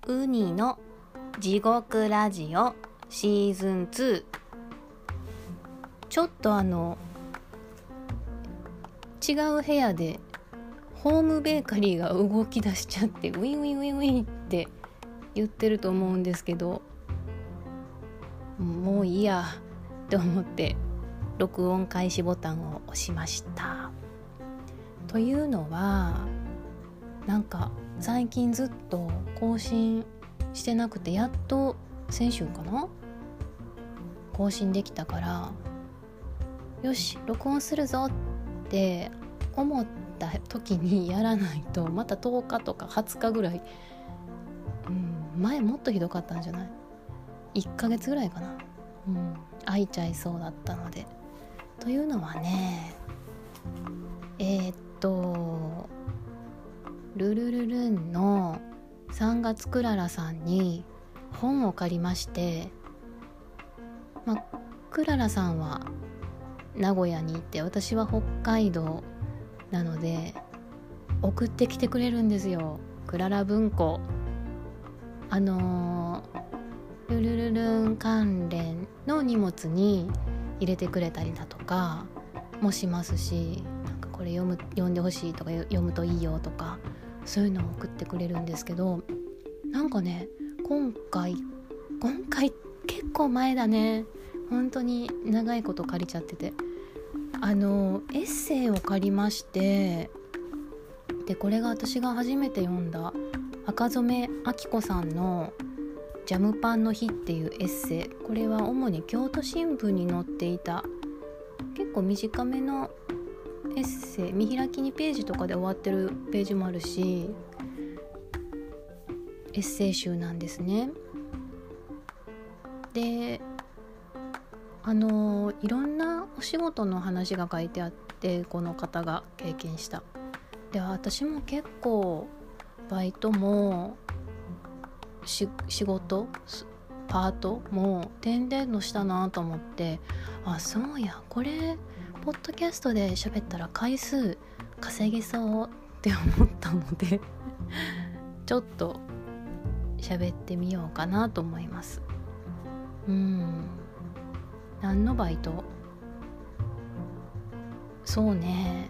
ウニの地獄ラジオシーズン2。ちょっと違う部屋でホームベーカリーが動き出しちゃってウィンウィンウィンウィンって言ってると思うんですけど、もういいやと思って録音開始ボタンを押しました。というのは、なんか最近ずっと更新してなくて、やっと先週かな更新できたから、よし録音するぞって思った時にやらないとまた10日とか20日ぐらい、前もっとひどかったんじゃない、1ヶ月ぐらいかな、空いちゃいそうだったので。というのはね、ルルルルンの3月クララさんに本を借りまして、クララさんは名古屋にいて、私は北海道なので送ってきてくれるんですよ、クララ文庫。ルルルルン関連の荷物に入れてくれたりだとかもしますし、なんかこれ読んでほしいとか、読むといいよとか、そういうのを送ってくれるんですけど、なんかね、今回結構前だね、本当に長いこと借りちゃってて、エッセイを借りまして、でこれが私が初めて読んだ赤染明子さんのジャムパンの日っていうエッセイ。これは主に京都新聞に載っていた結構短めのエッセイ、見開き2ページとかで終わってるページもあるし、エッセイ集なんですね。でいろんなお仕事の話が書いてあって、この方が経験した。で私も結構バイトも仕事パートも転々としたなと思って、そうや、これポッドキャストで喋ったら回数稼げそうって思ったのでちょっと喋ってみようかなと思います。何のバイト？そうね、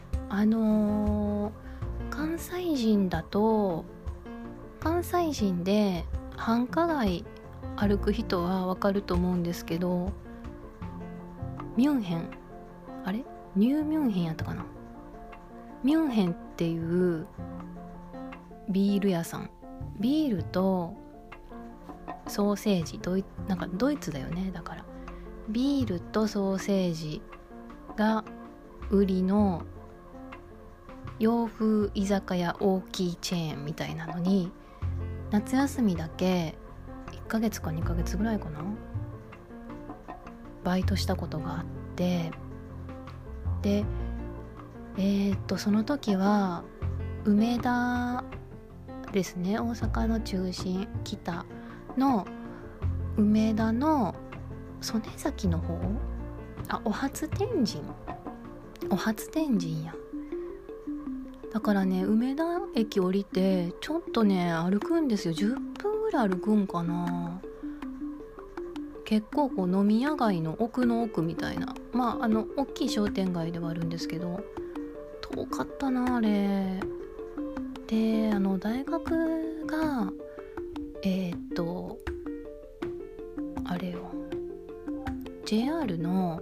関西人だと、関西人で繁華街歩く人はわかると思うんですけど、ミュンヘン、ニューミュンヘンやったかな、ミュンヘンっていうビール屋さん、ビールとソーセージ、なんかドイツだよね、だからビールとソーセージが売りの洋風居酒屋大きいチェーンみたいなのに、夏休みだけ1ヶ月か2ヶ月ぐらいかな、バイトしたことがあって、でその時は梅田ですね、大阪の中心北の梅田の曽根崎の方、お初天神や。だからね、梅田駅降りてちょっとね歩くんですよ。10分ぐらい歩くんかな。結構こう飲み屋街の奥の奥みたいな、大きい商店街ではあるんですけど、遠かったなあれで。大学があれよ、 JR の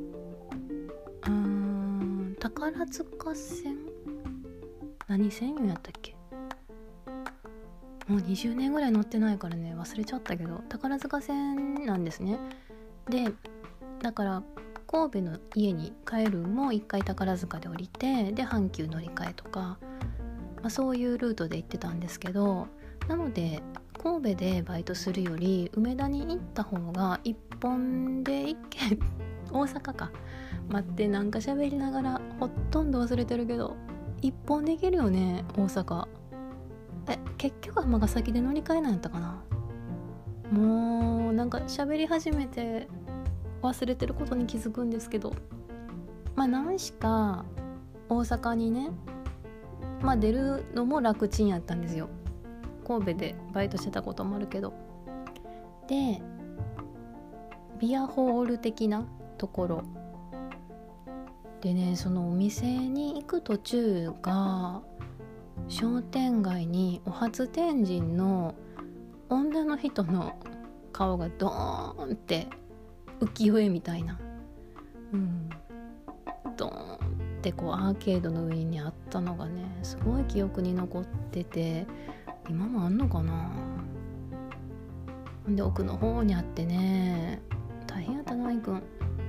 宝塚線、何線やったっけ、もう20年ぐらい乗ってないからね忘れちゃったけど、宝塚線なんですね。でだから神戸の家に帰るも一回宝塚で降りて、で阪急乗り換えとか、そういうルートで行ってたんですけど、なので神戸でバイトするより梅田に行った方が一本で行け大阪か、待って、なんか喋りながらほとんど忘れてるけど、一本で行けるよね大阪。結局尼崎で乗り換えなんやったかな。もうなんか喋り始めて忘れてることに気づくんですけど、何しか大阪にね、出るのも楽ちんやったんですよ。 神戸でバイトしてたこともあるけど、でビアホール的なところでね、そのお店に行く途中が商店街にお初天神の女の人の顔がドーンって浮世絵みたいな、ドーンってこうアーケードの上にあったのがね、すごい記憶に残ってて、今もあんのかな。で奥の方にあってね、大変やったな、いくん。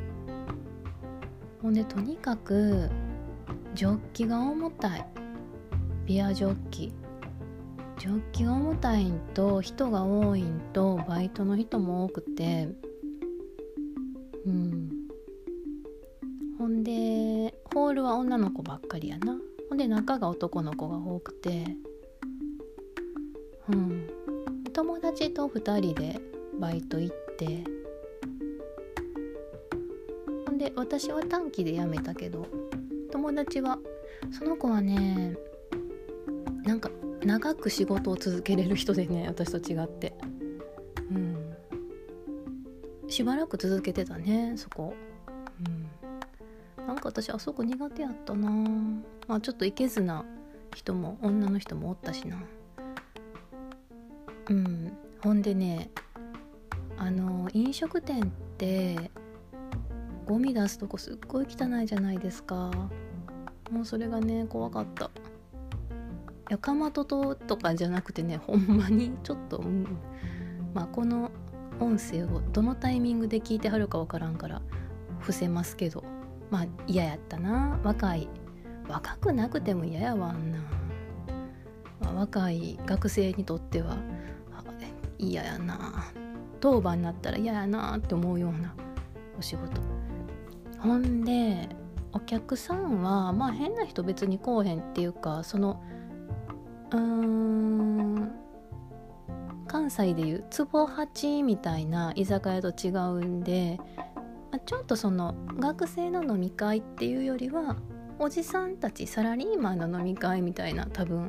ほんでとにかくジョッキが重たい。ビアジョッキが重たいんと人が多いんとバイトの人も多くて、ほんでホールは女の子ばっかりやな。ほんで中が男の子が多くて、友達と2人でバイト行って、ほんで私は短期で辞めたけど、友達はその子はね、なんか長く仕事を続けれる人でね、私と違って、しばらく続けてたね、そこ。なんか私あそこ苦手やったな。まあちょっといけずな人も女の人もおったしな。ほんでね、飲食店ってゴミ出すとこすっごい汚いじゃないですか。もうそれがね怖かった。かまととかじゃなくてね、ほんまにちょっと、まあこの音声をどのタイミングで聞いてはるかわからんから伏せますけど、まあ嫌やったな。若くなくても嫌やわ、あんな、若い学生にとっては嫌やな。当番になったら嫌やなって思うようなお仕事。ほんでお客さんはまあ変な人別に来おへんっていうか、その関西でいう壺八みたいな居酒屋と違うんで、ちょっとその学生の飲み会っていうよりはおじさんたちサラリーマンの飲み会みたいな多分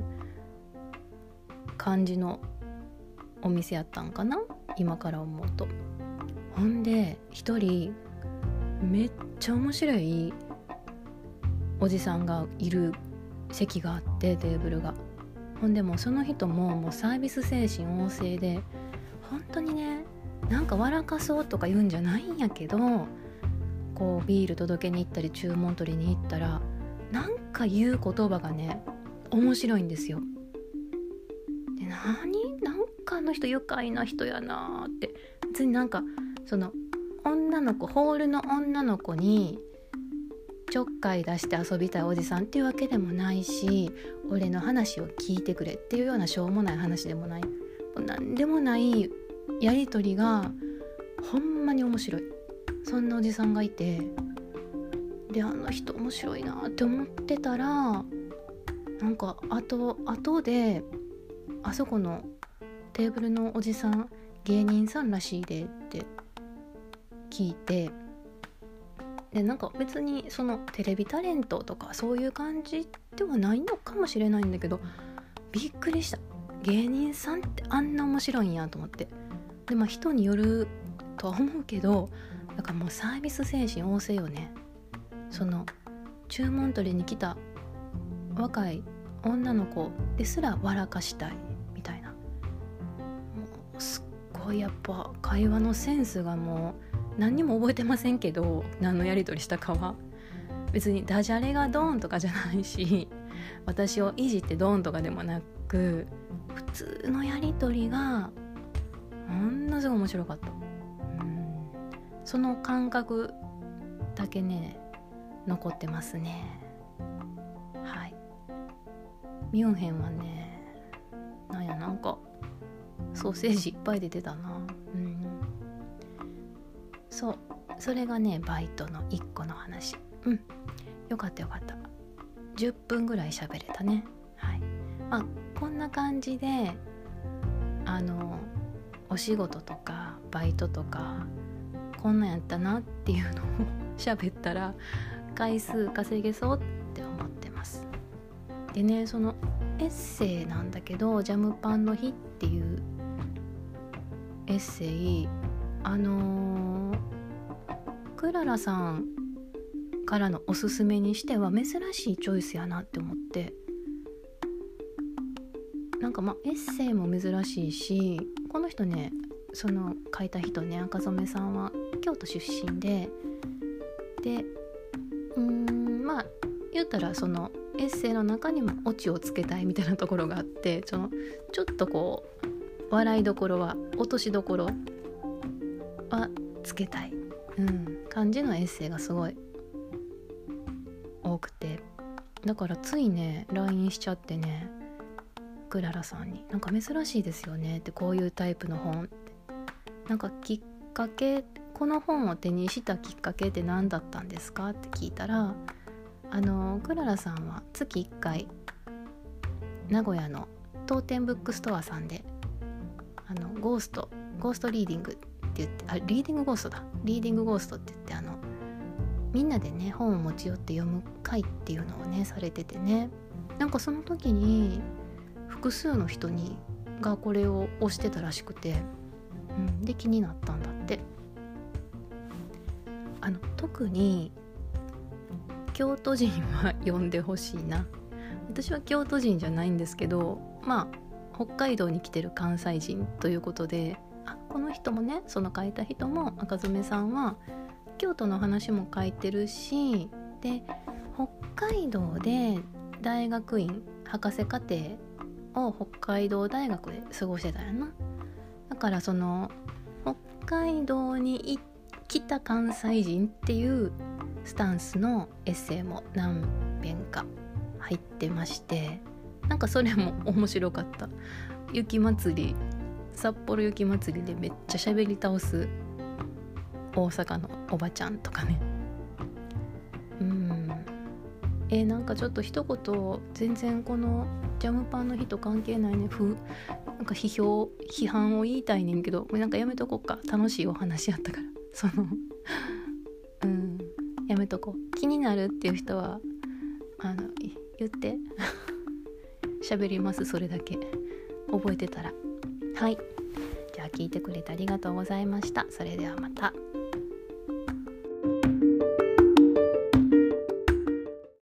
感じのお店やったんかな、今から思うと。ほんで一人めっちゃ面白いおじさんがいる席があって、テーブルが。ほんでもうその人もうサービス精神旺盛で、本当にね、なんか笑かそうとか言うんじゃないんやけど、こうビール届けに行ったり注文取りに行ったらなんか言う言葉がね面白いんですよ。で、なんかあの人愉快な人やなって。別になんかその女の子、ホールの女の子にちょっかい出して遊びたいおじさんっていうわけでもないし、俺の話を聞いてくれっていうようなしょうもない話でもない、なんでもないやりとりがほんまに面白い。そんなおじさんがいて、であの人面白いなって思ってたら、なんか後であそこのテーブルのおじさん芸人さんらしいでって聞いて、でなんか別にそのテレビタレントとかそういう感じではないのかもしれないんだけど、びっくりした。芸人さんってあんな面白いんやと思って。でまあ人によるとは思うけど、だからもうサービス精神旺盛よね。その注文取りに来た若い女の子ですら笑かしたいみたいな、もうすっごいやっぱ会話のセンスがもう何にも覚えてませんけど、何のやり取りしたかは別にダジャレがドーンとかじゃないし、私をいじってドーンとかでもなく、普通のやり取りがものすごい面白かった。その感覚だけね残ってますね。はい。ミュンヘンはね、なんかソーセージいっぱい出てたな。そうそれがねバイトの1個の話。よかったよかった。10分ぐらい喋れたね。はい。まあこんな感じでお仕事とかバイトとかこんなんやったなっていうのを喋ったら回数稼げそうって思ってます。でね、そのエッセイなんだけど、ジャムパンの日っていうエッセイ、クララさんからのおすすめにしては珍しいチョイスやなって思って、なんかエッセイも珍しいし、この人ね、その書いた人ね、赤染さんは京都出身で言ったらそのエッセイの中にもオチをつけたいみたいなところがあって、ちょっとこう笑いどころは落としどころはつけたい、感じのエッセイがすごい多くて、だからついね LINE しちゃってね、クララさんになんか珍しいですよねって、こういうタイプの本って、なんかきっかけ、この本を手にしたきっかけって何だったんですかって聞いたら、クララさんは月1回名古屋の当店ブックストアさんでゴーストリーディングって言って、リーディングゴーストって言って、みんなでね本を持ち寄って読む会っていうのをねされててね、なんかその時に複数の人がこれを推してたらしくて、で気になったんだって。特に京都人は読んでほしいな。私は京都人じゃないんですけど、北海道に来てる関西人ということで、この人もね、その書いた人も赤染さんは京都の話も書いてるし、で北海道で大学院博士課程を北海道大学で過ごしてたよな。だからその北海道に来た関西人っていうスタンスのエッセイも何編か入ってまして、なんかそれも面白かった。札幌雪まつりでめっちゃ喋り倒す大阪のおばちゃんとかね、なんかちょっと一言全然このジャムパンの日と関係ないね、なんか批判を言いたいねんけど、なんかやめとこうか、楽しいお話やったからやめとこう。気になるっていう人は言って喋ります、それだけ覚えてたら。はい、じゃあ聞いてくれてありがとうございました。それではまた。